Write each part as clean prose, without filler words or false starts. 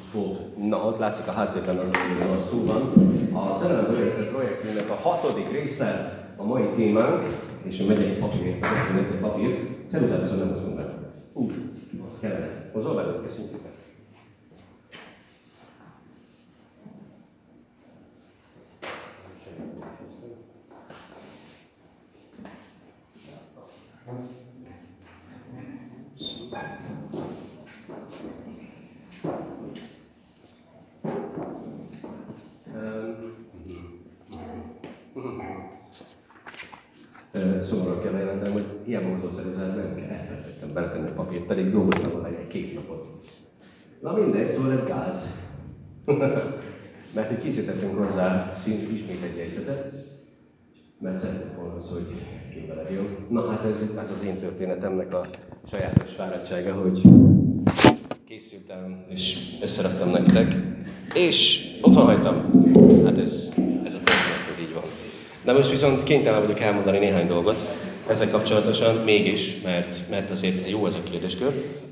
fog. Na, ott látszik a háttérben, amiről a szó van. A Szerelem projektünknek a 6. része a mai témánk, és megy egy papír, ceruzát viszont nem hoztunk be. Az kellene. Hozol belőle? Köszönjük szépen. Szomorúan kell bejelentem, hogy hiába hozó ceruzát nem kell, elfelejtettem beletenni a papírt, pedig dolgoztam volna egy 2 napot. Na mindegy, szóval ez gáz. Mert hogy készítettünk hozzá ismét egy jegyzetet, mert szeretném volna az, hogy képveled jó. Na hát ez az én történetemnek a sajátos fáradtsága, hogy készültem és összeraktam nektek, és otthon hagytam. Hát ez a történet, ez így van. De most viszont kénytelen vagyok elmondani néhány dolgot ezzel kapcsolatosan, mégis, mert azért jó ez a kérdéskör.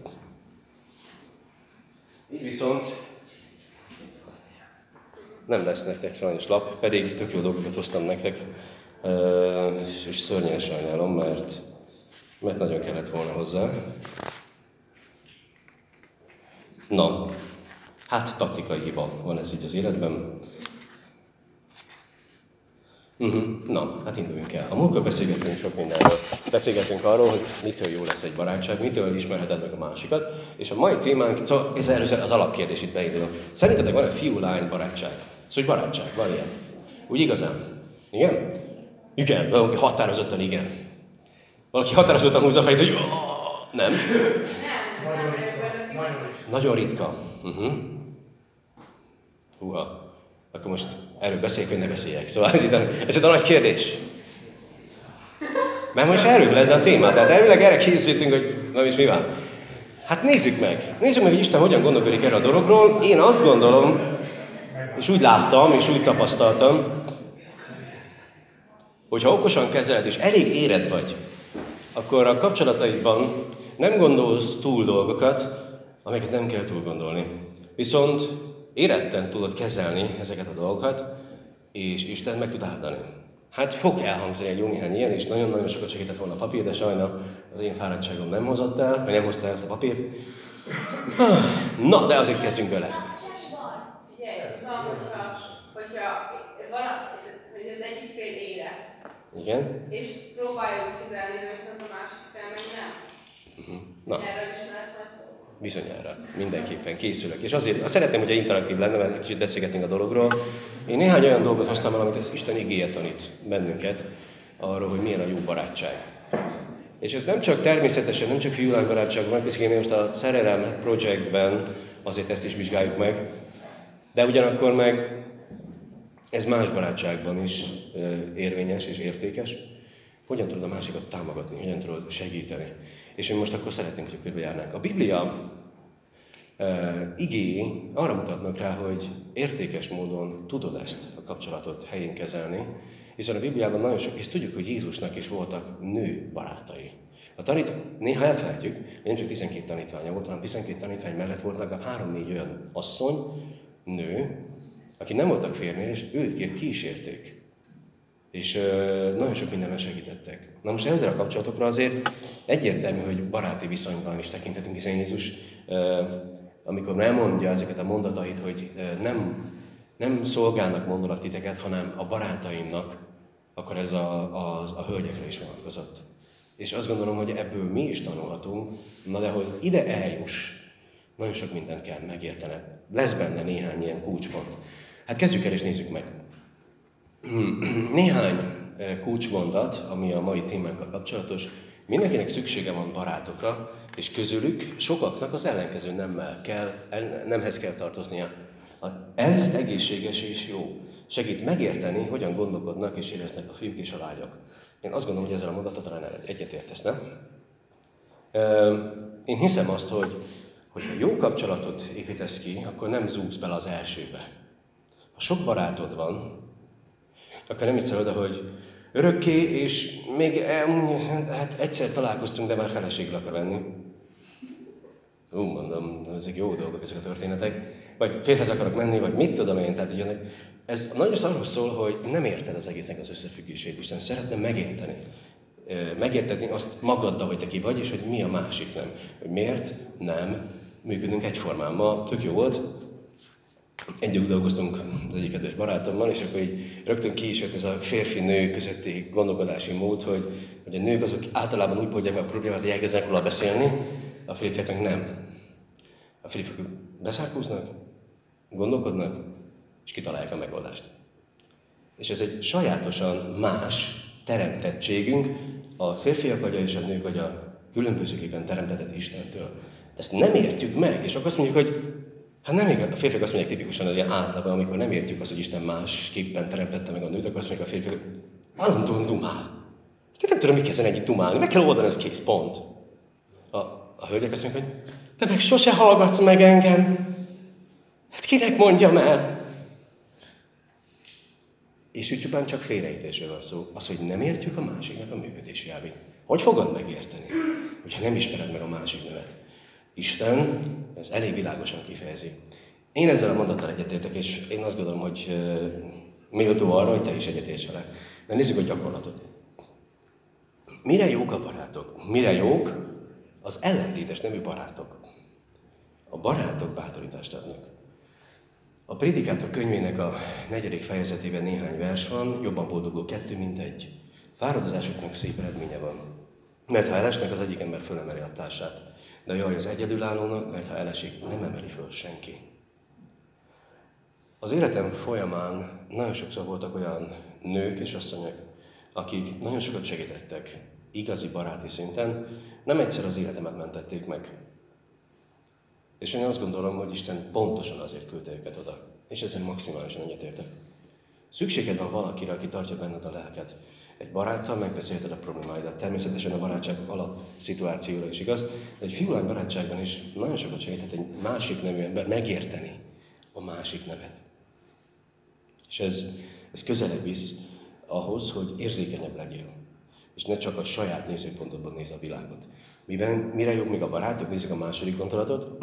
Így viszont nem lesz nektek sajnos lap, pedig tök jó dolgokat hoztam nektek, és szörnyen sajnálom, mert nagyon kellett volna hozzá. Na, hát taktikai hiba van ez így az életben. Na, hát induljunk el. A múltkor beszélgettünk sok mindenről. Beszélgettünk arról, hogy mitől jó lesz egy barátság, mitől ismerheted meg a másikat, és a mai témánk, szóval ez először az alapkérdés itt beindul. Szerintetek van-e fiú-lány barátság? Szóval barátság, van ilyen? Úgy igazán? Igen? Igen, valaki határozottan igen. Valaki határozottan húzza a fejét, hogy nem? Nagyon ritka. Húha. Akkor most erről beszéljek, hogy ne beszéljek. Szóval ez a nagy kérdés. Mert most erről lenne a téma, tehát elvileg erre készítünk, hogy na és mi van? Hát nézzük meg, hogy Isten hogyan gondolkodik erre a dologról. Én azt gondolom, és úgy láttam, és úgy tapasztaltam, hogy ha okosan kezeled, és elég érett vagy, akkor a kapcsolataidban nem gondolsz túl dolgokat, amiket nem kell túl gondolni. Viszont éretten tudod kezelni ezeket a dolgokat, és Isten meg tud áldani. Hát fog elhangzni egy jó néhány ilyen, és nagyon-nagyon sokat segített volna a papír, de sajna az én fáradtságom nem hozott el, vagy nem hozta el ezt a papírt. Na, de azért kezdjünk bele. Figyelj, szóval, hogyha hogy az egyik fél érett. Igen. És próbáljuk kezelni, de viszont a másik fél meg nem. Na. Erről is lesz szó. Bizonyára, mindenképpen készülök. És azért szeretném, hogyha interaktív lenne, mert kicsit beszélgetünk a dologról. Én néhány olyan dolgot hoztam el, amit az Isten igéje tanít bennünket arról, hogy milyen a jó barátság. És ez nem csak természetesen, nem csak fiú-lány barátság van, hiszen most a Szerelem projektben azért ezt is vizsgáljuk meg, de ugyanakkor meg ez más barátságban is érvényes és értékes. Hogyan tudod a másikat támogatni, hogyan tudod segíteni. És én most akkor szeretném, hogy körbejárnánk. A Biblia igéi arra mutatnak rá, hogy értékes módon tudod ezt a kapcsolatot helyén kezelni, hiszen a Bibliában nagyon sok, és tudjuk, hogy Jézusnak is voltak nő barátai. Néha elfelejtjük, hogy nem csak 12 tanítványa volt, hanem 12 tanítvány mellett voltak a 3-4 olyan asszony, nő, akik nem voltak férnél, és őket kísérték. És nagyon sok mindenben segítettek. Na most ezzel a kapcsolatokra azért egyértelmű, hogy baráti viszonyban is tekinthetünk, hiszen Jézus, amikor elmondja ezeket a mondatait, hogy nem szolgálnak mondolak titeket, hanem a barátaimnak, akkor ez a hölgyekre is vonatkozott. És azt gondolom, hogy ebből mi is tanulhatunk, na de hogy ide eljuss, nagyon sok mindent kell megértened. Lesz benne néhány ilyen kulcspont. Hát kezdjük el és nézzük meg. Néhány kulcsmondat, ami a mai témánkkal kapcsolatos. Mindenkinek szüksége van barátokra, és közülük sokaknak az ellenkező nemhez kell tartoznia. Ez egészséges és jó. Segít megérteni, hogyan gondolkodnak és éreznek a fiúk és a lányok. Én azt gondolom, hogy ezzel a mondattal talán egyetértesz, nem? Én hiszem azt, hogy ha jó kapcsolatot építesz ki, akkor nem zúgsz bele az elsőbe. Ha sok barátod van, akkor nem így oda, hogy örökké, és még hát egyszer találkoztunk, de már feleségül akar venni. Mondom, ezek jó dolgok, ezek a történetek. Vagy férhez akarok menni, vagy mit tudom én. Tehát ugye, ez nagyon arról szól, hogy nem érted az egésznek az összefüggését. Isten szeretne megérteni. Megérteni azt magaddal, hogy te ki vagy, és hogy mi a másik nem. Hogy miért nem működünk egyformán. Ma tök jó volt. Együtt dolgoztunk az egyik kedves barátommal, és akkor így rögtön ki is jött ez a férfi-nő közötti gondolkodási mód, hogy a nők azok általában úgy oldják meg a problémát, hogy elkezdenek róla beszélni, a férfiak meg nem. A férfiak beszárkóznak, gondolkodnak, és kitalálják a megoldást. És ez egy sajátosan más teremtettségünk, a férfiak agya és a nők agya különbözőképpen teremtetett Istentől. Ezt nem értjük meg, és akkor azt mondjuk, hogy hát nem igaz, a férfiak azt mondják tipikusan, hogy általában, amikor nem értjük azt, hogy Isten másképpen teremtette meg a nőt, akkor azt mondják a férfiak, hogy állandóan dumál. Te nem tudom, mit kezdeni ennyit dumálni, meg kell oldani, ez kész, pont. A hölgyek azt mondják, hogy te meg sose hallgatsz meg engem. Hát kinek mondjam el? És úgy csupán csak félreértésről van szó. Az, hogy nem értjük a másiknak a működési elvét. Hogy fogod megérteni, hogyha nem ismered meg a másik nevet? Isten ez elég világosan kifejezi. Én ezzel a mondattal egyetértek, és én azt gondolom, hogy méltó arra, hogy te is egyetérts vele. De nézzük a gyakorlatot. Mire jók a barátok? Mire jók az ellentétes nemű barátok? A barátok bátorítást adnak. A Prédikátor könyvének a 4. fejezetében néhány vers van, jobban boldogul 2, mint 1. Fáradozásoknak szép eredménye van. Mert ha elesnek, az egyik ember fölemeli a társát. De jaj az egyedülállónak, mert ha elesik, nem emeli föl senki. Az életem folyamán nagyon sokszor voltak olyan nők és asszonyok, akik nagyon sokat segítettek, igazi baráti szinten, nem egyszer az életemet mentették meg. És én azt gondolom, hogy Isten pontosan azért küldte őket oda. És ezzel maximálisan egyetértek. Szükséged van valakire, aki tartja benned a lelket. Egy baráttal megbeszélheted a problémáidat. Természetesen a barátság alapszituációra is igaz, de egy fiúlány barátságban is nagyon sokat segíthet egy másik nevű ember megérteni a másik nevet. És ez közelebb visz ahhoz, hogy érzékenyebb legyél. És ne csak a saját nézőpontodban néz a világot. Mire jobb még a barátok? Nézzük a második gondolatot.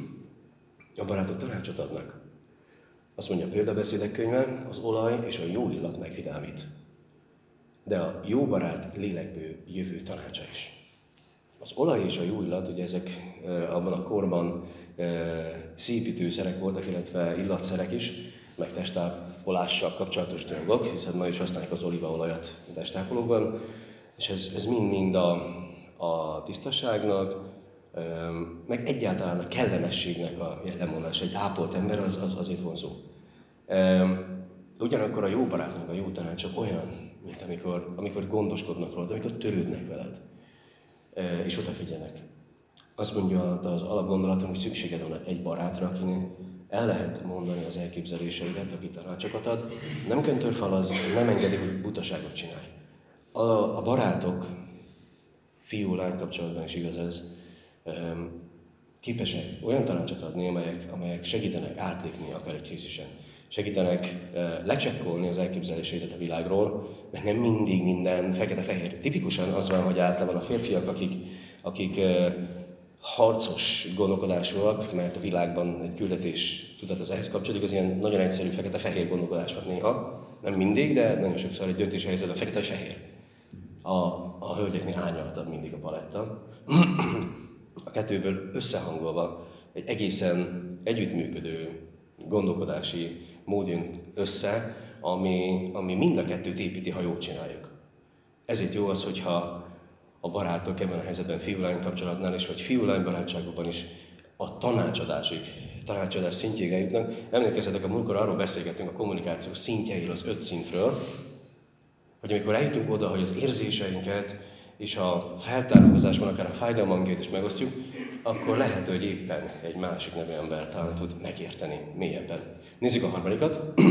A barátok tanácsot adnak. Azt mondja a Példabeszédek könyve, az olaj és a jó illat megvidámít. De a jó barát lélekből jövő tanácsa is. Az olaj és a jó illat, ugye ezek abban a korban szépítőszerek voltak, illetve illatszerek is, meg testápolással kapcsolatos dolgok, hiszen ma is használják az olívaolajat a testápolókban, és ez mind-mind a tisztaságnak, meg egyáltalán a kellemességnek a jellemvonása. Egy ápolt ember az azért vonzó. Ugyanakkor a jó barátnak a jó tanácsa olyan, mint amikor gondoskodnak rólad, amikor törődnek veled, és odafigyelnek. Azt mondja az alapgondolatom, hogy szükséged van egy barátra, akinek el lehet mondani az elképzeléseidet, aki tanácsokat ad, nem köntörfalaz, nem engedi, hogy butaságot csinálj. A barátok, fiú-lány kapcsolatban is igaz ez, képesek olyan tanácsot adni, amelyek segítenek átlépni akár egy krízisen. Segítenek lecsekkolni az elképzeléseidet a világról, mert nem mindig minden fekete-fehér. Tipikusan az van, hogy általában a férfiak, akik harcos gondolkodásúak, mert a világban egy küldetés tudat az ehhez kapcsolódik, az ilyen nagyon egyszerű fekete-fehér gondolkodás van néha. Nem mindig, de nagyon sokszor egy döntéshelyzetben fekete vagy fehér. A hölgyeknél árnyaltabb mindig a paletta. A kettőből összehangolva egy egészen együttműködő gondolkodási mód jön össze, ami mind a kettőt építi, ha jól csináljuk. Ezért jó az, hogyha a barátok ebben a helyzetben fiú-lány kapcsolatnál is, vagy fiú-lány barátságokban is a tanácsadás szintjéig eljutnak. Emlékezzetek, a múltkor arról beszélgettünk a kommunikáció szintjeiről, az 5 szintről, hogy amikor eljutunk oda, hogy az érzéseinket és a feltárulkozásban akár a fájdalmainkat is megosztjuk, akkor lehet, hogy éppen egy másik nevű ember talán tud megérteni mélyebben. Nézzük a harmadikat.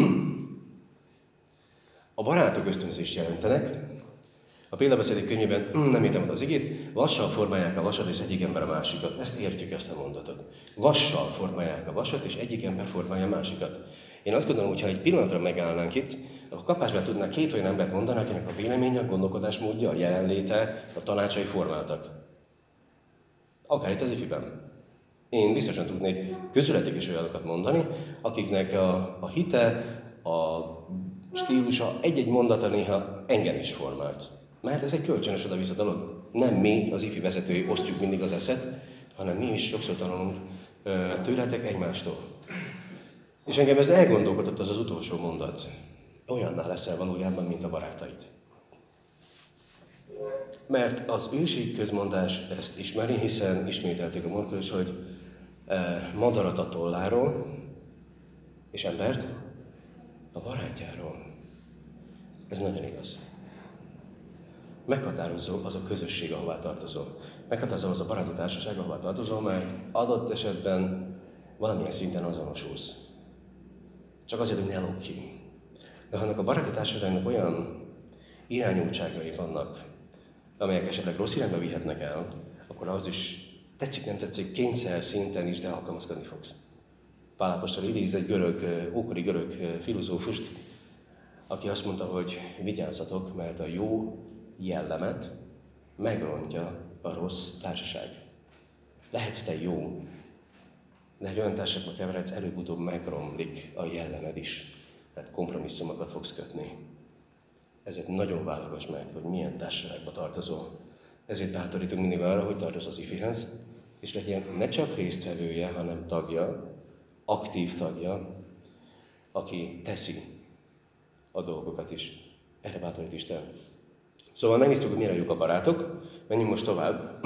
A barátok ösztönzést jelentenek. A Példabeszédek könyvében nem értem oda az igét, vassal formálják a vasat, és egyik ember a másikat. Ezt értjük, ezt a mondatot. Vassal formálják a vasat, és egyik ember formálja a másikat. Én azt gondolom, hogy ha egy pillanatra megállnánk itt, akkor kapásban tudnánk 2 olyan embert mondani, akinek a véleménye, a gondolkodásmódja, a jelenléte, a tanácsai formáltak. Akár itt az ifiben. Én biztosan tudnék közületek is olyanokat mondani, akiknek a hite, a stílusa, egy-egy mondata néha engem is formált. Mert ez egy kölcsönös oda-vissza dolog. Nem mi, az ifi vezetői osztjuk mindig az eszet, hanem mi is sokszor tanulunk tőletek egymástól. És engem ez elgondolkodott az utolsó mondat. Olyanná leszel valójában, mint a barátaid. Mert az ősi közmondás ezt ismeri, hiszen ismételték a múltkor is, hogy madarat a tolláról, és embert a barátjáról. Ez nagyon igaz. Meghatározó az a közösség, ahová tartozol. Meghatározó az a baráti társaság, ahová tartozol, mert adott esetben valamilyen szinten azonosulsz. Csak azért, hogy ne lóg ki. De ha annak a baráti társaságnak olyan irányultságai vannak, amelyek esetleg rossz irányba vihetnek el, akkor az is tetszik, nem tetszik, kényszer szinten is, de alkalmazkodni fogsz. Pál apostol idéz egy ókori görög filozófust, aki azt mondta, hogy vigyázzatok, mert a jó jellemet megrontja a rossz társaság. Lehetsz te jó, de egy olyan társaságba keveredsz, előbb-utóbb megromlik a jellemed is. Tehát kompromisszumokat fogsz kötni. Ezért nagyon válogass meg, hogy milyen társaságba tartozol. Ezért bátorítunk mindig arra, hogy tartozz az ifihez, és legyen ne csak résztvevője, hanem tagja, aktív tagja, aki teszi a dolgokat is. Erre bátorít Isten. Szóval megnéztük, hogy mire jók a barátok, menjünk most tovább,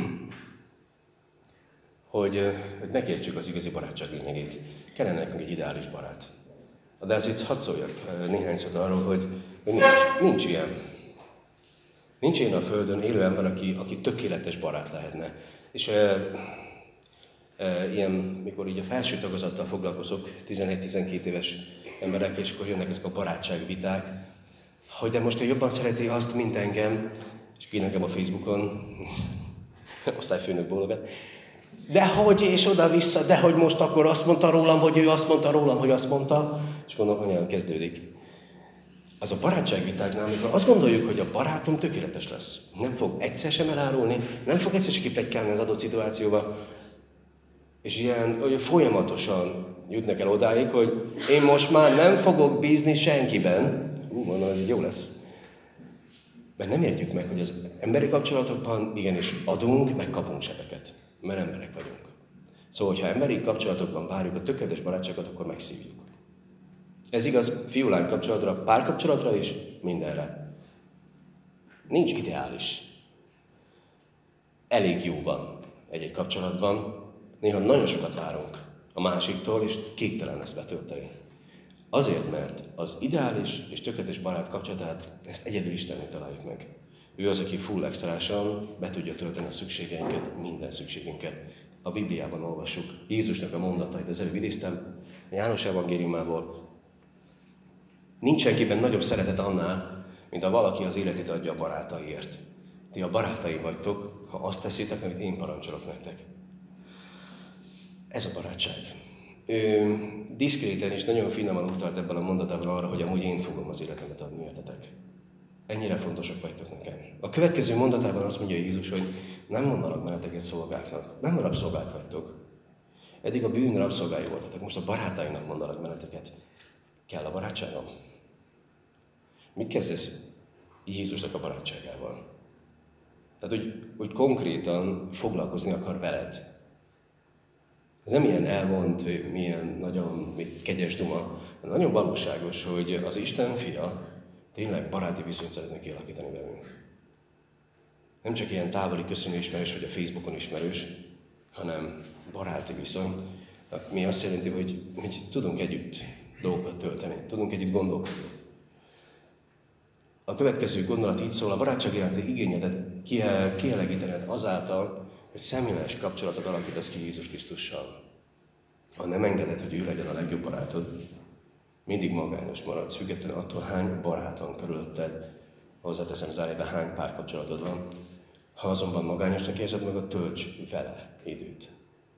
hogy megértsük az igazi barátság lényegét. Kellene nekünk egy ideális barát. De azért hadd szóljak néhány szót arról, hogy nincs ilyen. Nincs ilyen a Földön élő ember, aki tökéletes barát lehetne. És ilyen, mikor így a felső tagozattal foglalkozok, 11-12 éves emberek, és akkor jönnek ezek a barátságviták, hogy de most ő jobban szereti azt, mint engem, és ki nekem a Facebookon, osztályfőnök bólogat, de hogy és oda-vissza, de hogy most akkor azt mondta rólam, hogy ő azt mondta rólam, hogy azt mondta, és gondolom, olyan kezdődik. Az a barátságvitáknál, amikor azt gondoljuk, hogy a barátom tökéletes lesz, nem fog egyszer sem elárulni, nem fog egyszer sem kipletykálni az adott szituációba, és ilyen hogy folyamatosan jutnak el odáig, hogy én most már nem fogok bízni senkiben. Mondom, ez így jó lesz. Mert nem értjük meg, hogy az emberi kapcsolatokban igenis adunk, meg kapunk sebeket. Mert emberek vagyunk. Szóval, ha emberi kapcsolatokban várjuk a tökéletes barátságot, akkor megszívjuk. Ez igaz fiú-lány kapcsolatra, párkapcsolatra is, mindenre. Nincs ideális. Elég jó van egy kapcsolatban. Néha nagyon sokat várunk a másiktól, és képtelen ezt betölteni. Azért, mert az ideális és tökéletes barát kapcsolatát, ezt egyedül Istennek találjuk meg. Ő az, aki full extrásan be tudja tölteni a szükségeinket, minden szükségünket. A Bibliában olvassuk Jézusnak a mondatait, az előbb idéztem, a János evangéliumából. Nincs senkiben nagyobb szeretet annál, mint ha valaki az életét adja a barátaiért. Ti a barátaim vagytok, ha azt teszitek, amit én parancsolok nektek. Ez a barátság. Diszkréten és nagyon finoman utalt ebben a mondatában arra, hogy amúgy én fogom az életemet adni értetek. Ennyire fontosak vagytok nekem. A következő mondatában azt mondja Jézus, hogy nem mondanak benneteket szolgáknak. Nem rabszolgák vagytok. Eddig a bűn rabszolgái voltatok, most a barátaimnak mondanak benneteket. Kell a barátságom? Mit kezdesz Jézusnak a barátságával? Tehát, hogy konkrétan foglalkozni akar veled. Ez nem ilyen elvont, milyen nagyon kegyes duma, hanem nagyon valóságos, hogy az Isten fia tényleg baráti viszonyt szeretne kialakítani velünk. Nem csak ilyen távoli köszönő ismerős, vagy a Facebookon ismerős, hanem baráti viszony, mi azt jelenti, hogy tudunk együtt dolgokat tölteni, tudunk együtt gondolkodni. A következő gondolat így szól, a barátság iránti igényedet kielégítened azáltal, hogy személyes kapcsolatot alakítasz ki Jézus Krisztussal. Ha nem engeded, hogy ő legyen a legjobb barátod, mindig magányos maradsz, függetlenül attól, hány barát van körülötted, hozzáteszem zárójelbe, hány párkapcsolatod van. Ha azonban magányosnak érzed magad, tölts vele időt.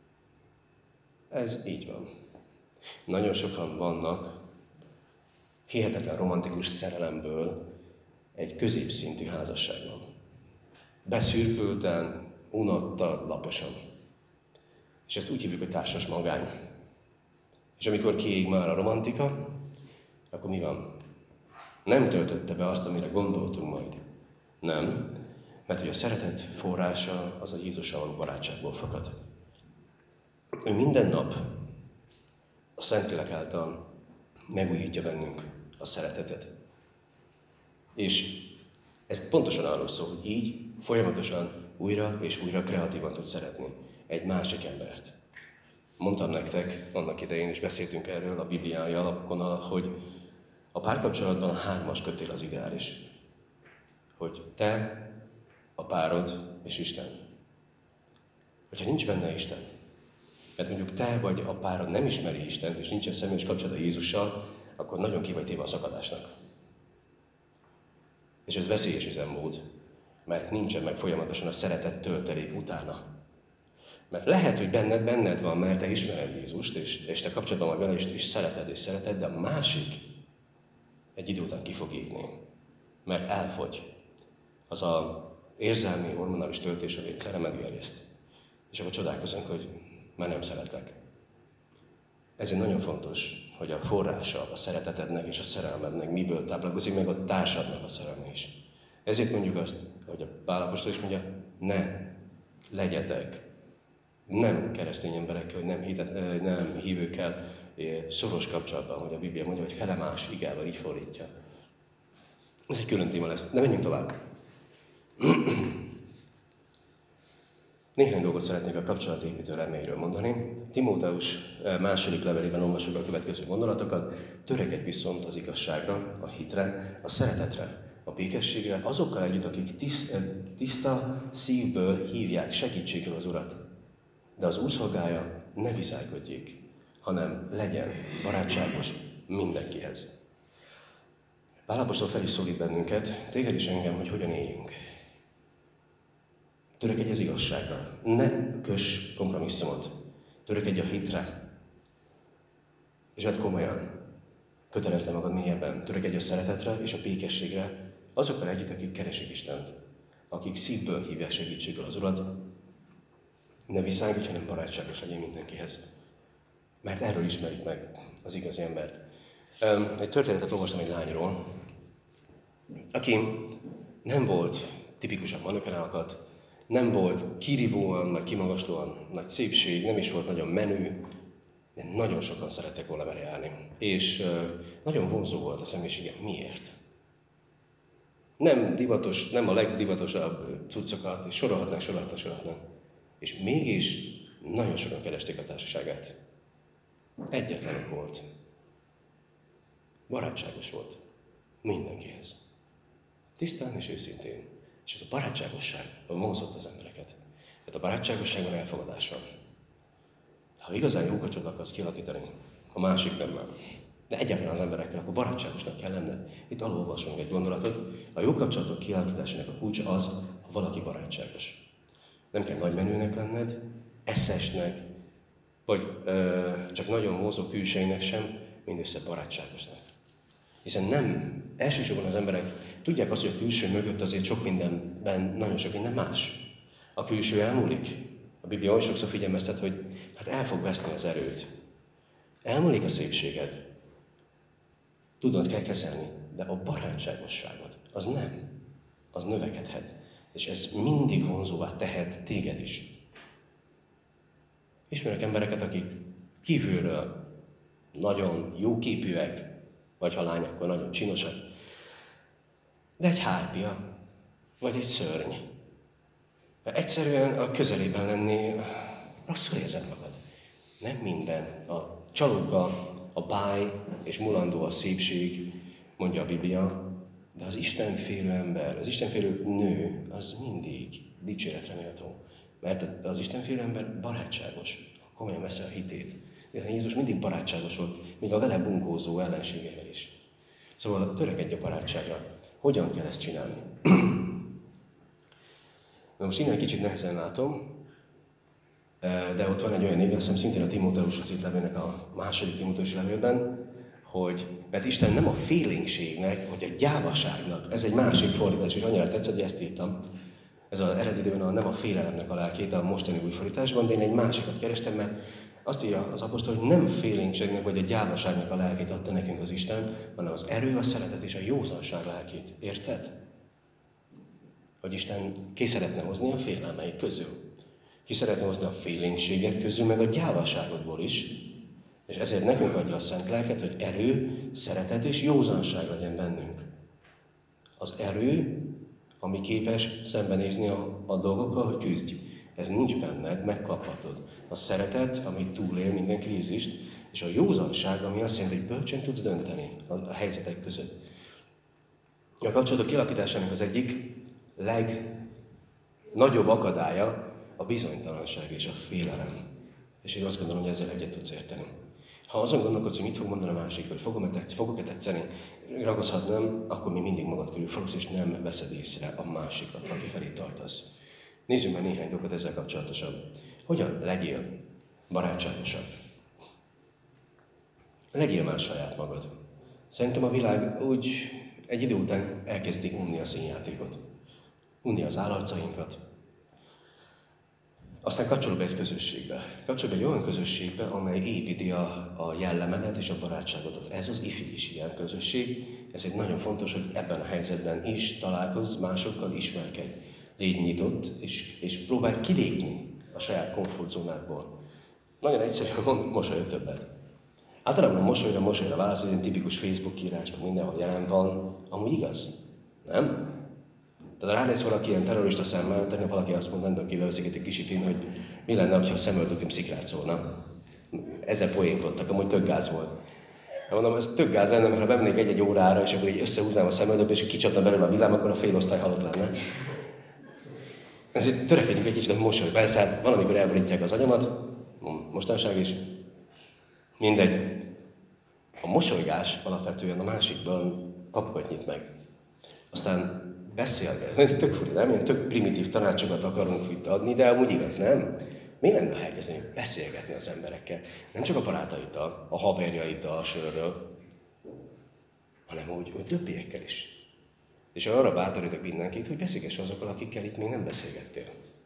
Ez így van. Nagyon sokan vannak hihetetlen romantikus szerelemből egy középszintű házasságban. Beszürkülten, unottan, laposan. És ezt úgy hívjuk, hogy társas magány. És amikor kiég már a romantika, akkor mi van? Nem töltötte be azt, amire gondoltunk majd. Nem, mert hogy a szeretet forrása az a Jézussal való barátságból fakad. Ő minden nap a Szentlélek által megújítja bennünk a szeretetet. És ez pontosan arról szól, hogy így folyamatosan újra és újra kreatívan tud szeretni egy másik embert. Mondtam nektek, annak idején is beszéltünk erről a bibliai alapokon, hogy a párkapcsolatban a 3-as kötél az ideális. Hogy te, a párod és Isten. Hogyha nincs benne Isten, mert mondjuk te vagy a párod nem ismeri Istent, és nincsen személyes kapcsolata Jézussal, akkor nagyon ki vagy téve a szakadásnak. És ez veszélyes üzemmód, mert nincsen meg folyamatosan a szeretet töltelék utána. Mert lehet, hogy benned van, mert te ismered Jézust, és te kapcsolatban vagy vele, és szereted, de a másik egy idő után ki fog égni. Mert elfogy az a érzelmi, hormonális töltés, amit szerelmet gerjeszt. És akkor csodálkozunk, hogy már nem szeretlek. Ezért nagyon fontos, hogy a forrása a szeretetednek és a szerelmednek miből táplálkozik, meg a társadnak a szerelme is. Ezért mondjuk azt, hogy a Pál apostol is mondja, ne legyetek nem keresztény emberekkel, hogy nem hívőkkel szoros kapcsolatban, hogy a Biblia mondja, hogy felemás igával így fordítja. Ez egy külön téma lesz, de menjünk tovább. Néhány dolgot szeretnék a kapcsolatépítő reményről mondani. Timóteus második levelében olvasjuk a következő gondolatokat. Törekedj viszont az igazságra, a hitre, a szeretetre, a békességre, azokkal együtt, akik tiszta szívből hívják segítségül az Urat. De az Úr szolgája ne viszálykodjék, hanem legyen barátságos mindenkihez. Pál apostol fel is szólít bennünket, téged is engem, hogy hogyan éljünk. Törekedj az igazságra, ne köss kompromisszumot, törekedj a hitre, és vedd komolyan, kötelezd magad mélyebben, törekedj a szeretetre és a békességre, azokkal együtt, akik keresik Istent, akik szívből hívják segítségül az Urat, ne viszálykodj, hanem barátságos legyen mindenkihez. Mert erről ismerik meg az igazi embert. Egy történetet olvastam egy lányról, aki nem volt tipikusan manöken, nem volt kirívóan, vagy kimagaslóan nagy szépség, nem is volt nagyon menő, de nagyon sokan szerettek volna vele járni. És nagyon vonzó volt a személyisége. Miért? Nem divatos, nem a legdivatosabb cuccokat, és sorolhatnak. És mégis nagyon sokan keresték a társaságát. Egyetlen volt. Barátságos volt. Mindenkihez. Tisztán és őszintén. És ez a barátságosság vonzott az embereket. Tehát a barátságosságban elfogadás van. Ha igazán jó kapcsolatot akarsz kialakítani, a másik nemmel, de egyáltalán az emberekkel, akkor barátságosnak kell lenned. Itt alulolvasunk egy gondolatot. A jó kapcsolatok kialakításának a kulcsa az, ha valaki barátságos. Nem kell nagy menőnek lenned, eszesnek, vagy csak nagyon mozó külsejnek sem, mindössze barátságosnak. Hiszen nem, elsősorban az emberek tudják azt, hogy a külső mögött azért sok mindenben, nagyon sok minden más. A külső elmúlik. A Biblia oly sokszor figyelmeztet, hogy hát el fog veszni az erőt. Elmúlik a szépséged. Tudnod kell kezelni, de a barátságosságod, az nem. Az növekedhet. És ez mindig vonzóvá tehet téged is. Ismerek embereket, akik kívülről nagyon jóképűek, vagy ha lány, akkor nagyon csinosak, de egy hárpia, vagy egy szörny. De egyszerűen a közelében lenni, rosszul érzed magad. Nem minden. A csalóka, a báj és mulandó a szépség, mondja a Biblia, de az Istenfélő ember, az Istenfélő nő, az mindig dicséretre méltó. Mert az Istenfélő ember barátságos, komolyan veszi a hitét. De Jézus mindig barátságos volt, még a vele bunkózó ellenségeivel is. Szóval törekedj a barátságra. Hogyan kell ezt csinálni? Na most innen egy kicsit nehezen látom, de ott van egy olyan ige, azt hiszem szintén a Timóteushoz írt levélnek a második Timóteus levélben, hogy mert Isten nem a félénkségnek, vagy a gyávaságnak, ez egy másik fordítás, és annyira tetszett, hogy ezt írtam, Ez az eredetiben nem a félelemnek a lelkét a mostani újfordításban, de én egy másikat kerestem, mert azt írja az apostol, hogy nem félénkségnek vagy a gyávaságnak a lelkét adta nekünk az Isten, hanem az erő, a szeretet és a józanság lelkét. Érted? Hogy Isten ki szeretne hozni a félelmeik közül. Ki szeretne hozni a félénkséget közül, meg a gyávaságodból is. És ezért nekünk adja a szent lelket, hogy erő, szeretet és józanság legyen bennünk. Az erő, ami képes szembenézni a dolgokkal, hogy küzdj. Ez nincs benned, megkaphatod. A szeretet, ami túlél minden krízist, és a józanság, ami azt jelenti, hogy bölcsen tudsz dönteni a helyzetek között. A kapcsolatok kialakításának az egyik legnagyobb akadálya a bizonytalanság és a félelem. És én azt gondolom, hogy ezzel egyet tudsz érteni. Ha azon gondolkodsz, hogy mit fog mondani a másik, hogy fogok-e tetszeni, ragozhatnám, akkor még mindig magad körül fogsz, és nem veszed észre a másikat, aki felé tartasz. Nézzünk meg néhány dolgot ezzel kapcsolatosan. Hogyan legyél barátságosabb? Legyél már saját magad. Szerintem a világ úgy egy idő után elkezdi unni a színjátékot. Unni az állarcainkat. Aztán kapcsolj be egy közösségbe. Kapcsolj be egy olyan közösségbe, amely építi a jellemedet és a barátságodat. Ez az ifi is ilyen közösség. Ezért nagyon fontos, hogy ebben a helyzetben is találkozz másokkal, ismerkedj. Légy nyitott, és próbálj kilépni a saját komfortzónádból. Nagyon egyszerű, mosolyog többet. Általában mosolyra válasz, hogy egy tipikus Facebook írás, meg mindenhol jelen van. Amúgy igaz? Nem? Tehát ránéz valaki ilyen terrorista szemmel, tegnap valaki azt mondta, nem tudom, kivel beszélgetünk kisifin, hogy mi lenne, ha a szemöldököm szikrát szólna. Ezzel poénkodtak, amúgy tök gáz volt. Mondom, ez tök gáz lenne, mert ha bemennék egy órára, és akkor így összehúznám a szemöldököt, és kicsatna belőle a villám, akkor a fél osztály halott lenne. Ezért törekedjünk egy kicsit a mosoly. Persze, hát valamikor elborítják az agyamat, mostanság is. Mindegy. A mosolygás alapvetően a másikban kapukat nyit meg. Aztán beszélgetni. Tök furi, nem? Ilyen tök primitív tanácsokat akarunk itt adni, de amúgy igaz, nem? Mi lenne, ha elkezdeni beszélgetni az emberekkel? Nem csak a barátaiddal, a haverjaiddal, a sörről, hanem úgy többiekkel is. És arra bátorítok mindenkit, hogy beszélgess azokkal, akikkel itt még nem beszélgettél.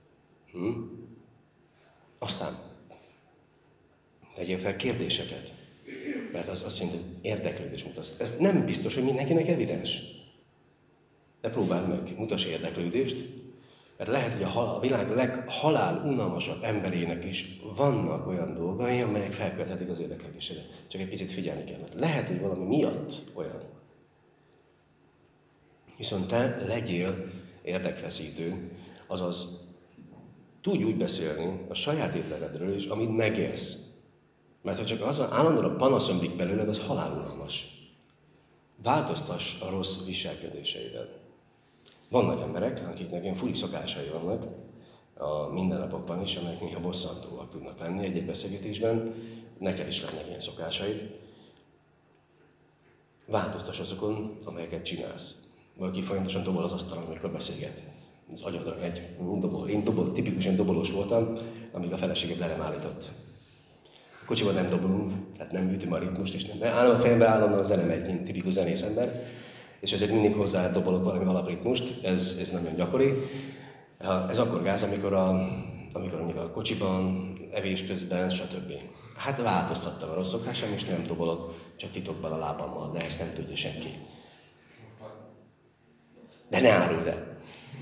Aztán tegyél fel kérdéseket, mert az azt jelenti, hogy érdeklődés mutatsz. Ez nem biztos, hogy mindenkinek evidens. De próbáld meg, mutass érdeklődést, mert lehet, hogy a világ leghalálunalmasabb emberének is vannak olyan dolgai, amelyek felkelthetik az érdeklődésedet. Csak egy picit figyelni kell. Lehet, hogy valami miatt olyan. Viszont te legyél érdekveszítő, azaz tudj úgy beszélni a saját életedről is, amit megélsz. Mert ha csak az állandóan a panasz ömlik belőled, az halálunalmas. Változtass a rossz viselkedéseiden. Vannak emberek, akiknek ilyen furi szokásai vannak a mindennapokban is, amelyek néha bosszantóak tudnak lenni egy beszélgetésben. Neked is lennek ilyen szokásaid. Változtass azokon, amelyeket csinálsz. Valaki folyamatosan dobol az asztalon, amikor beszélget. Az agyadra megy. Én tipikusan dobolós voltam, amíg a feleségem le nem állított. A kocsiban nem dobolunk, tehát nem ütöm a ritmust, és nem állom a fejembe, állandóan a zene megy, mint tipikus zenész ember. És ezért mindig hozzá dobolok valami alapritmust, ez nagyon gyakori. Ez akkor gáz, amikor mondjuk a kocsiban, evés közben, stb. Hát változtattam a rossz szokásom, és nem dobolok, csak titokban a lábammal, de ezt nem tudja senki. De ne áruld el!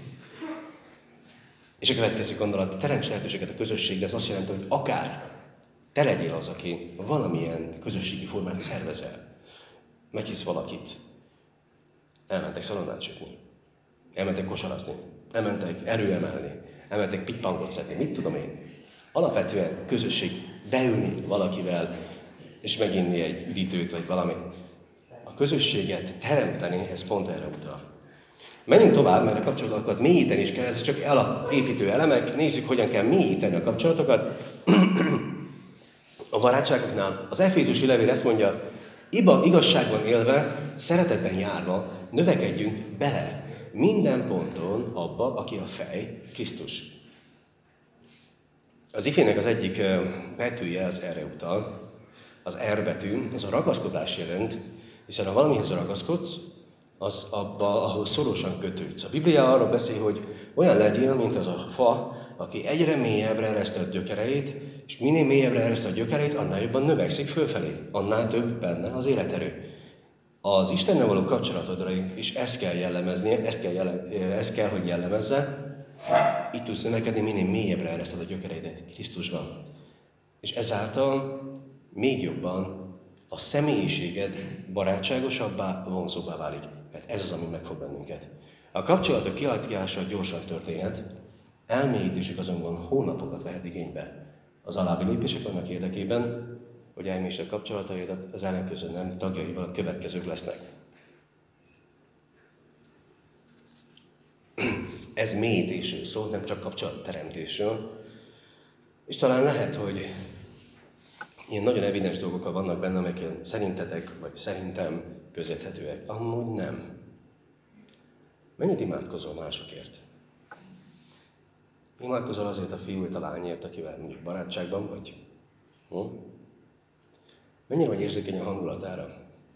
És a következő gondolat, teremts lehetőséget a közösségre, ez azt jelenti, hogy akár te legyél az, aki valamilyen közösségi formát szervezel. Meghisz valakit. Elmentek szalonnát sütni. Elmentek kosarazni. Elmentek erőemelni. Elmentek pitpangot szedni. Mit tudom én? Alapvetően közösség, beülni valakivel, és meginni egy üdítőt, vagy valamit. A közösséget teremteni, ez pont erre utal. Menjünk tovább, mert a kapcsolatokat mélyíteni is kell, ez csak építő elemek. Nézzük, hogyan kell mélyíteni a kapcsolatokat. A barátságoknál az Efézusi levél ezt mondja, igazságban élve, szeretetben járva, növekedjünk bele minden ponton abba, aki a fej, Krisztus. Az ifének az egyik betűje az erre utal. Az R betű, az a ragaszkodás jelent, hiszen ha valamihez ragaszkodsz, az abba, ahol szorosan kötődsz. A Biblia arról beszél, hogy olyan legyél, mint az a fa, aki egyre mélyebbre ereszti a gyökereit, és minél mélyebbre ereszti a gyökereit, annál jobban növekszik fölfelé. Annál több benne az életerő. Az Istennel való kapcsolatodra is ezt kell jellemeznie, ezt kell, hogy jellemezze. Itt tudsz növekedni, minél mélyebbre ereszted a gyökereidet Krisztusban. És ezáltal még jobban a személyiséged barátságosabbá, vonzóbbá válik. Mert ez az, ami megfog bennünket. A kapcsolatok kialakítása gyorsan történhet, elmélyítésük azonban hónapokat vehet igénybe. Az alábbi lépések annak érdekében, hogy elmélyítsd a kapcsolataidat, az ellenkező nem tagjaival a következők lesznek. Ez mélyítésről szól, nem csak kapcsolatteremtésről. És talán lehet, hogy ilyen nagyon evidens dolgok vannak benne, amelyek szerintetek, vagy szerintem közérthetőek. Amúgy nem. Mennyit imádkozol másokért? Imádkozol azért a fiúért, a lányért, akivel mondjuk barátságban vagy? Mennyire vagy érzékeny a hangulatára?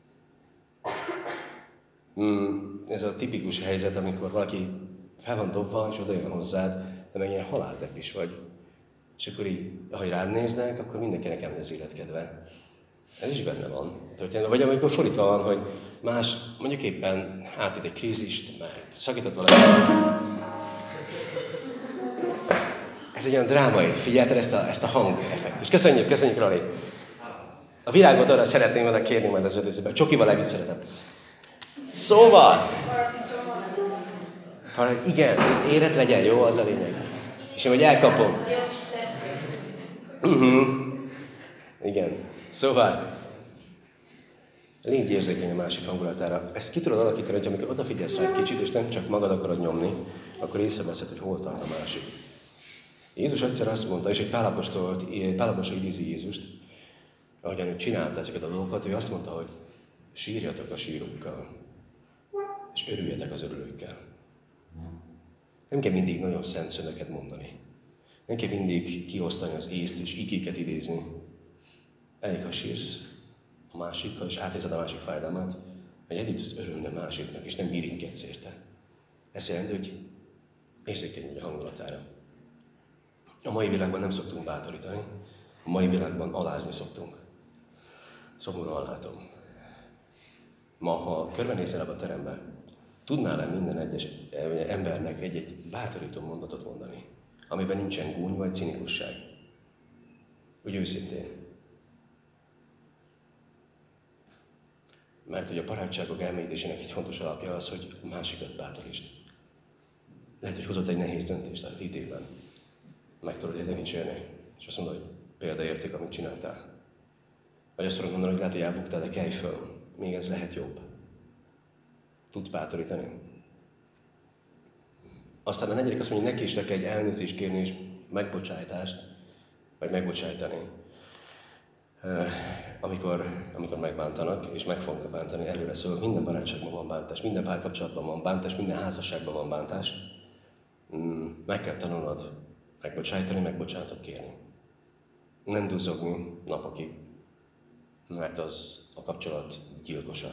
Ez a tipikus helyzet, amikor valaki fel van dobva, és odajön hozzád, de meg ilyen haláltepp is vagy. És akkor így, ahogy rád néznek, akkor mindenkinek elmegy az életkedve. Ez is benne van. Vagy amikor fordítva van, hogy más mondjuk éppen átít egy krízist, mert szakított valaki. Ez egy olyan drámai. Figyelted ezt a hangeffektust. Köszönjük, Rali. A virágot arra szeretném oda kérni majd az ödözőben. Csokival együtt szeretem. Szóval! Igen, érett legyen, jó? Az a lényeg. És én hogy elkapom. Igen. Szóval, légy érzékeny a másik hangulatára. Ezt ki tudod alakítani, hogy amikor odafigyelsz rá egy kicsit, és nem csak magad akarod nyomni, akkor észreveszed, hogy hol tart a másik. Jézus egyszer azt mondta, és egy Pál apostol idézi Jézust, ahogyan ő csinálta ezeket a dolgokat, ő azt mondta, hogy sírjatok a sírókkal, és örüljetek az örülőkkel. Nem kell mindig nagyon szent szöveket mondani. Nem kell mindig kiosztani az észt és igéket idézni. Elég, ha sírsz a másikkal, és átérzed a másik fájdalmát, hogy együtt tudsz örülni a másiknak, és nem irigykedsz érte. Ez jelenti, hogy érzékeny vagy a hangulatára. A mai világban nem szoktunk bátorítani, a mai világban alázni szoktunk. Szomorúan látom. Ma, ha körbenézel ebbe a terembe, tudnál-e minden egyes embernek egy bátorító mondatot mondani, amiben nincsen gúny vagy cinikusság? Úgy őszintén. Mert hogy a barátságok elmélyítésének egy fontos alapja az, hogy a másikat bátorítsd. Lehet, hogy hozott egy nehéz döntést az idében. Meg tudod érdekelni, és azt mondod, hogy példaérték, amit csináltál. Vagy azt tudod mondani, hogy lehet, hogy elbuktál, de kelj föl. Még ez lehet jobb. Tudsz bátorítani. Aztán a negyedik azt mondja, hogy ne késtek egy elnézést kérni és megbocsájtást, vagy megbocsájtani. Amikor megbántanak, és meg fognak bántani, előre szól, minden barátságban van bántás, minden párkapcsolatban van bántás, minden házasságban van bántás. Meg kell tanulnod megbocsájtani, megbocsánatot kérni. Nem duzzogni napokig, mert az a kapcsolat gyilkosa.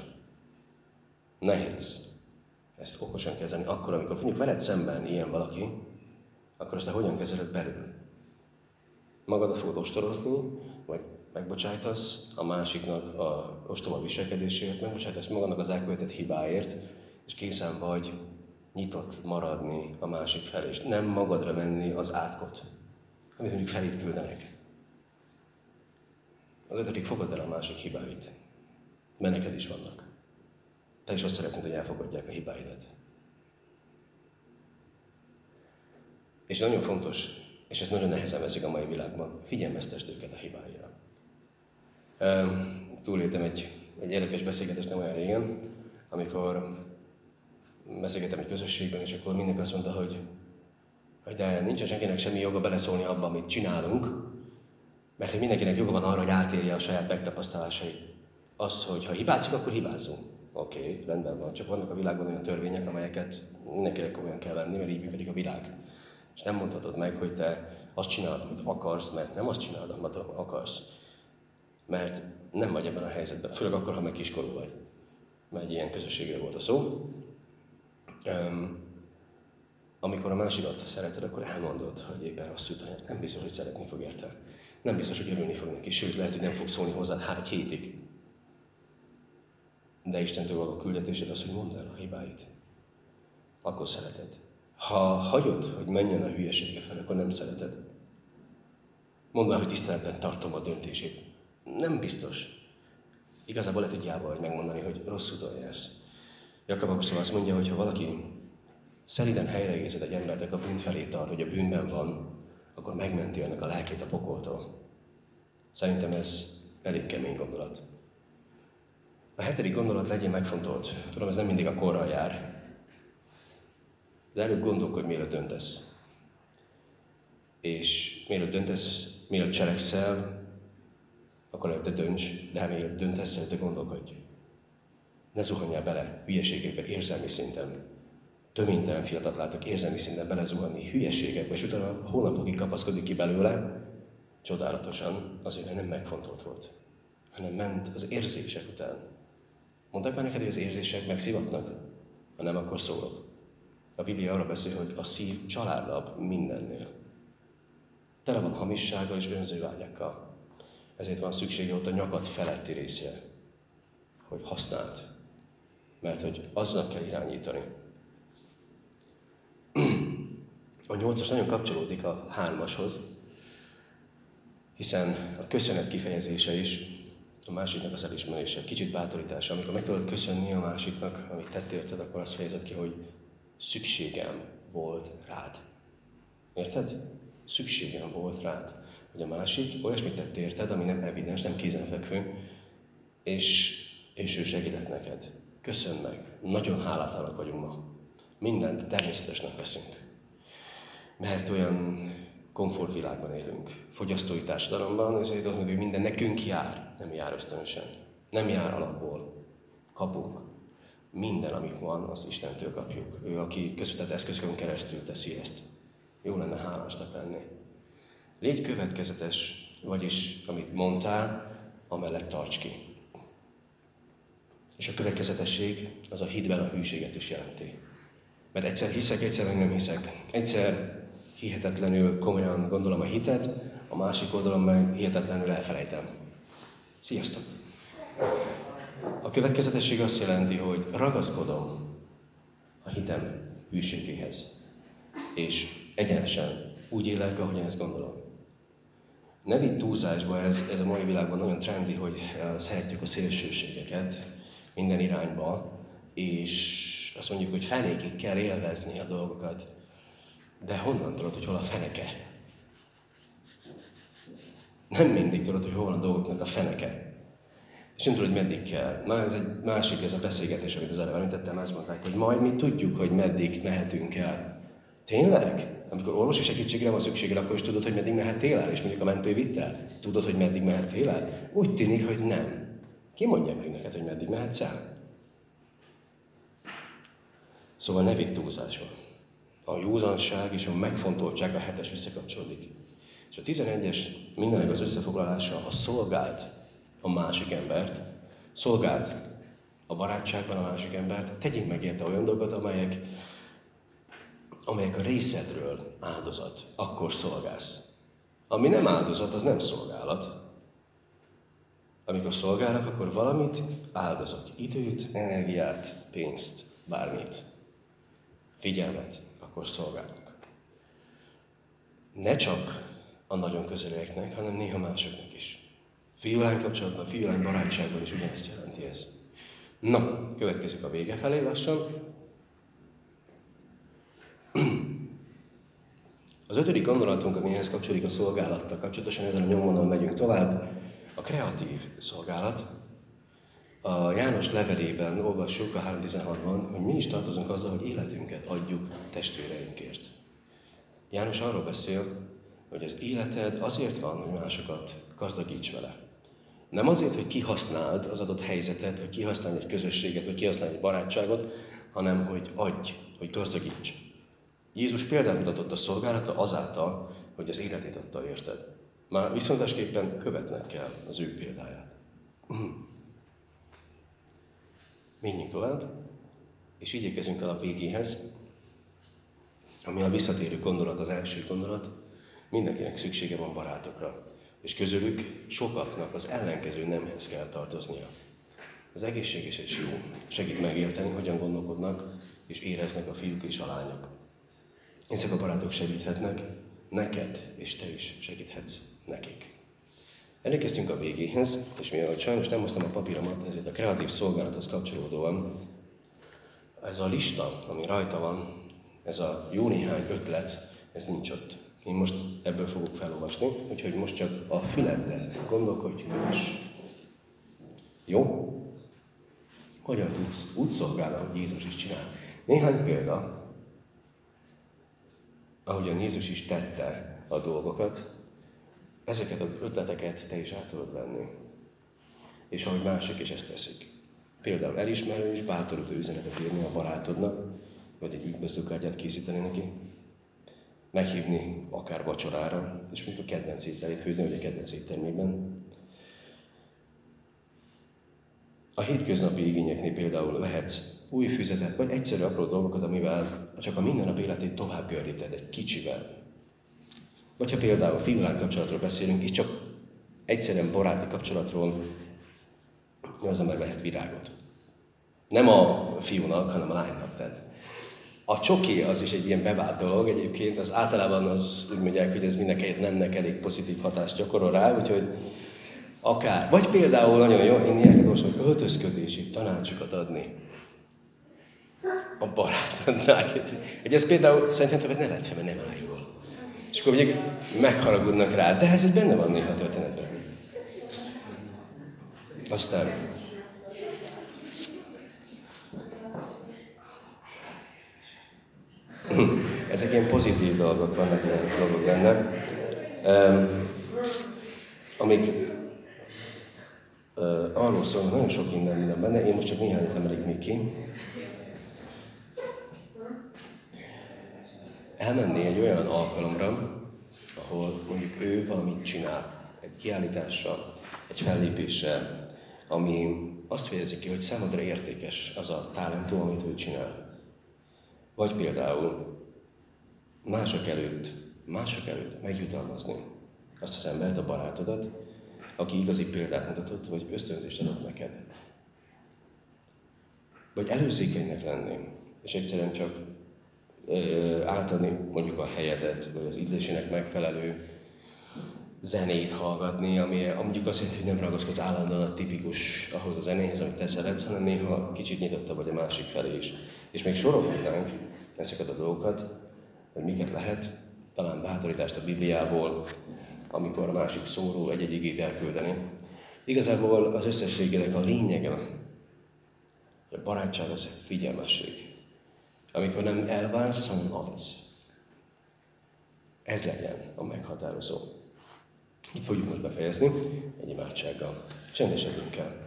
Nehéz ezt okosan kezelni. Akkor, amikor mondjuk veled szemben ilyen valaki, akkor aztán hogyan kezeled belül? Magadat fogod ostorozni, vagy megbocsájtasz a másiknak a ostoba viselkedésért, megbocsájtasz magadnak az elkövetett hibáért, és készen vagy nyitott maradni a másik felé, és nem magadra venni az átkot, amit mondjuk felét küldenek. Az ötödik, fogadd el a másik hibáit, mert neked is vannak. Te is azt szeretnéd, hogy elfogadják a hibáidat. És nagyon fontos, és ezt nagyon nehezen veszik a mai világban, figyelmeztesd őket a hibáira. Túléltem egy érdekes beszélgetést nem olyan régen, amikor beszélgettem egy közösségben, és akkor mindenki azt mondta, hogy de nincsen senkinek semmi joga beleszólni abba, amit csinálunk, mert hogy mindenkinek joga van arra, hogy átélje a saját megtapasztalásait. Az, hogy ha hibázik, akkor hibázzunk. Oké, rendben van, csak vannak a világban olyan törvények, amelyeket mindenkinek komolyan kell venni, mert így működik a világ. És nem mondhatod meg, hogy te azt csinálod, amit akarsz, mert nem azt csinálod, amit akarsz. Mert nem vagy ebben a helyzetben, főleg akkor, ha meg kiskorú vagy. mert egy ilyen közösségről volt a szó. Amikor a másikat szereted, akkor elmondod, hogy éppen rossz jut, nem biztos, hogy szeretni fog érte. Nem biztos, hogy örülni fog neki, sőt, lehet, hogy nem fog szólni hozzád egy hétig. De Istentől való küldetésed az, hogy mondd el a hibáit. Akkor szereted. Ha hagyod, hogy menjen a hülyesége fel, akkor nem szereted. Mondd már, hogy tiszteletben tartom a döntését. Nem biztos. Igazából lehet, hogy gyáva vagy megmondani, hogy rossz úton jársz. Jakab apostol azt mondja, hogy ha valaki szelíden helyreigézed egy embernek a bűn felé tart, hogy a bűnben van, akkor megmenti ennek a lelkét a pokoltól. Szerintem ez elég kemény gondolat. A 7. gondolat legyen megfontolt. Tudom, ez nem mindig a korral jár, de előbb gondolkodj, mielőtt döntesz. És mielőtt döntesz, mielőtt cselekszel, akkor előtte dönts, de mielőtt döntesz, előtte gondolkodj. Ne zuhanjál bele hülyeségekbe érzelmi szinten. Töménytelen fiatalt látok érzelmi szinten belezuhanni hülyeségekbe, és utána hónapokig kapaszkodik ki belőle, csodálatosan, azért, mert nem megfontolt volt, hanem ment az érzések után. Mondták már neked, hogy az érzések megszivatnak? Ha nem, akkor szólok. A Biblia arra beszél, hogy a szív családabb mindennél. Tele van hamissággal és önzővágyakkal. Ezért van szüksége ott a nyakad feletti részére, hogy használd. Mert hogy azzal kell irányítani. A 8-as nagyon kapcsolódik a 3-ashoz, hiszen a köszönet kifejezése is, a másiknak az elismerése, kicsit bátorítása. Amikor meg tudod köszönni a másiknak, amit tett érted, akkor azt fejezed ki, hogy szükségem volt rád. Érted? Szükségem volt rád. Hogy a másik olyasmit tett érted, ami nem evidens, nem kézenfekvő, és ő segített neked. Köszönj meg. Nagyon hálátlanak vagyunk ma. Mindent természetesnek veszünk. Mert olyan komfortvilágban élünk, fogyasztói társadalomban, ezért azt mondjuk, hogy minden nekünk jár, nem jár ösztönösen. Nem jár alapból. Kapunk. Minden, amit van, azt Istentől kapjuk. Ő, aki közvetett eszközön keresztül teszi ezt. Jó lenne hálásnak lenni. Légy következetes, vagyis, amit mondtál, amellett tarts ki. És a következetesség az a hitben a hűséget is jelenti. Mert egyszer hiszek, egyszer meg nem hiszek. Egyszer hihetetlenül komolyan gondolom a hitet, a másik oldalon meg hihetetlenül elfelejtem. Sziasztok! A következetesség azt jelenti, hogy ragaszkodom a hitem hűségéhez. És egyenesen úgy élek, ahogyan ezt gondolom. Ne vidd túlzásba, ez a mai világban nagyon trendi, hogy szeretjük a szélsőségeket minden irányba, és azt mondjuk, hogy fenékig kell élvezni a dolgokat. De honnan tudod, hogy hol a feneke? Nem mindig tudod, hogy hol van a dolgoknak a feneke. És nem tudod, hogy meddig kell. Na, ez egy másik, ez a beszélgetés, amit az előbb említettem, azt mondták, hogy majd mi tudjuk, hogy meddig mehetünk el. Tényleg? Amikor orvosi segítségre van szükséged, akkor is tudod, hogy meddig mehettél el, és mondjuk a mentő vitt el? Tudod, hogy meddig mehettél el? Úgy tűnik, hogy nem. Ki mondja meg neked, hogy meddig mehetsz el? Szóval ne vidd túlzásba. A józanság és a megfontoltság a 7-es összekapcsolódik. És a 11-es mindennek az összefoglalása a szolgáld a másik embert, szolgáld a barátságban a másik embert, tegyél meg érte olyan dolgokat, amelyek a részedről áldozat, akkor szolgálsz. Ami nem áldozat, az nem szolgálat. Amikor szolgálok, akkor valamit áldozok. Időt, energiát, pénzt, bármit. Figyelmet, akkor szolgálok. Ne csak a nagyon közelieknek, hanem néha másoknak is. Fiú-lány kapcsolatban, fiú-lány barátságban is ugyanezt jelenti ez. Na, következik a vége felé lassan. Az 5. gondolatunk, amihez kapcsolódik a szolgálattal kapcsolatosan, ezen a nyomvonalon megyünk tovább, a kreatív szolgálat. A János levelében olvassuk a 3.16-ban, hogy mi is tartozunk azzal, hogy életünket adjuk testvéreinkért. János arról beszél, hogy az életed azért van, hogy másokat gazdagíts vele. Nem azért, hogy kihasználd az adott helyzetet, vagy kihasználd egy közösséget, vagy kihasználd egy barátságot, hanem hogy adj, hogy gazdagíts. Jézus példát mutatott a szolgálata azáltal, hogy az életét adta érted. Már viszontlásképpen követned kell az ő példáját. Menjünk tovább, és igyekezünk el a végéhez, ami a visszatérő gondolat, az első gondolat. Mindenkinek szüksége van barátokra, és közülük sokaknak az ellenkező nemhez kell tartoznia. Az egészséges és jó segít megérteni, hogyan gondolkodnak és éreznek a fiúk és a lányok. Ezek a barátok segíthetnek neked, és te is segíthetsz nekik. Elérkeztünk a végéhez, és mivel sajnos nem hoztam a papíromat, ezért a kreatív szolgálathoz kapcsolódóan ez a lista, ami rajta van, ez a jó néhány ötlet, ez nincs ott. Én most ebből fogok felolvasni, úgyhogy most csak a füleddel gondolkodj, kövess. Jó? Hogyan tudsz úgy szolgálni, ahogy Jézus is csinál? Néhány példa, ahogyan Jézus is tette a dolgokat, ezeket az ötleteket te is át tudod venni. És ahogy mások is ezt teszik. Például elismerő és bátorító üzenetet írni a barátodnak, vagy egy üdvözlőkártyát készíteni neki, meghívni akár vacsorára, és mondjuk a kedvenc ételét főzni, vagy a kedvenc éttermében. A hétköznapi igényeknél például vehetsz új füzetet, vagy egyszerű apró dolgokat, amivel csak a mindennapi életét tovább gördíted egy kicsivel. Vagy ha például fiú-lány kapcsolatról beszélünk, és csak egyszerűen baráti kapcsolatról, az ember vehet virágot. Nem a fiúnak, hanem a lánynak. Tehát a csoki az is egy ilyen bevált dolog egyébként, az általában az úgy mondják, hogy ez mindenki nemnek elég pozitív hatást gyakorol rá, úgyhogy akár, vagy például nagyon jó, én ilyeneket olvasom, hogy öltözködési tanácsokat adni a barátodnak. Hogy ez például szerintem többet ne vedd fel, mert nem áll jól. És akkor ugye megharagudnak rá, de ez benne van néha a történetben. Aztán ezek ilyen pozitív dolgok vannak, ilyen dolgok benne, amik arról szólnak, nagyon sok minden benne, én most csak néhányat emelik még ki. Elmenni egy olyan alkalomra, ahol mondjuk ő valamit csinál, egy kiállítással, egy fellépéssel, ami azt fejezi ki, hogy számodra értékes az a talentum, amit ő csinál. Vagy például mások előtt megjutalmazni azt az embert, a barátodat, aki igazi példát mutatott, vagy ösztönzést adott neked. Vagy előzékenynek lenni, és egyszerűen csak átadni mondjuk a helyedet, vagy az ízlésének megfelelő zenét hallgatni, ami mondjuk azt jelenti, hogy nem ragaszkodsz állandóan a tipikus ahhoz a zenéhez, amit te szeretsz, hanem néha kicsit nyitottabb vagy a másik felé is. És még sorolhatnánk ezeket a dolgokat, hogy miket lehet, talán bátorítást a Bibliából, amikor a másik szóról egy-egy igét elküldeni. Igazából az összességének a lényege, hogy a barátság az figyelmesség. Amikor nem elvársz, hanem adsz. Ez legyen a meghatározó. Itt fogjuk most befejezni egy imádsággal. Csendesedjünk el.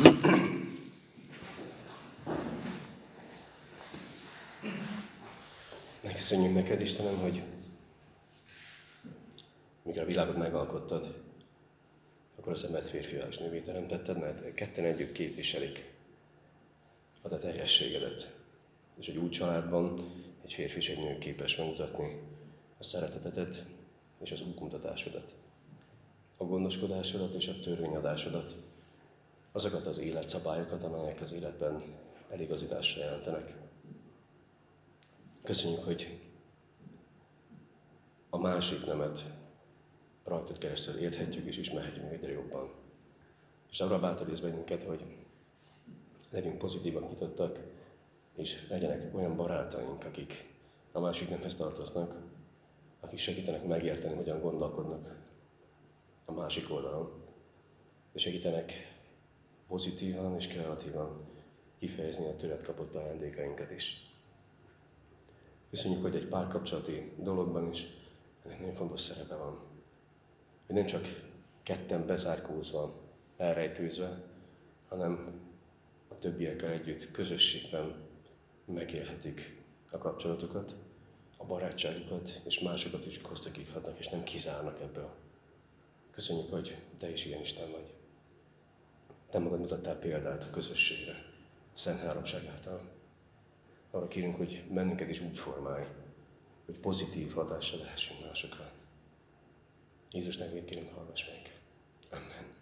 Megköszönjük neked, Istenem, hogy mikor a világot megalkottad, akkor az embert férfivel és nővé teremtetted, mert ketten együtt képviselik a te teljességedet. És egy új családban egy férfi és egy nő képes megmutatni a szeretetedet és az útmutatásodat, a gondoskodásodat és a törvényadásodat, azokat az életszabályokat, amelyek az életben eligazításra jelentenek. Köszönjük, hogy a másik nemet rajtad keresztül érthetjük és ismerhetjük egyre jobban. És arra bátoríts bennünket, hogy legyünk pozitívak, nyitottak, és legyenek olyan barátaink, akik a másik nemhez tartoznak, akik segítenek megérteni, hogyan gondolkodnak a másik oldalon, és segítenek pozitívan és kreatívan kifejezni a tőled kapott ajándékainkat is. Köszönjük, hogy egy párkapcsolati dologban is ennek nagyon fontos szerepe van. Hogy nem csak ketten bezárkózva, elrejtőzve, hanem a többiekkel együtt közösségben megélhetik a kapcsolatokat, a barátságukat, és másokat is gazdagodhatnak, és nem kizárnak ebből. Köszönjük, hogy te is ilyen Isten vagy. Te magad mutattál példát a közösségre, Szent Háromság által. Arra kérünk, hogy bennünket is úgy formálj, hogy pozitív hatással lehessünk másokra. Jézus nevét kérünk, hallgass meg. Amen.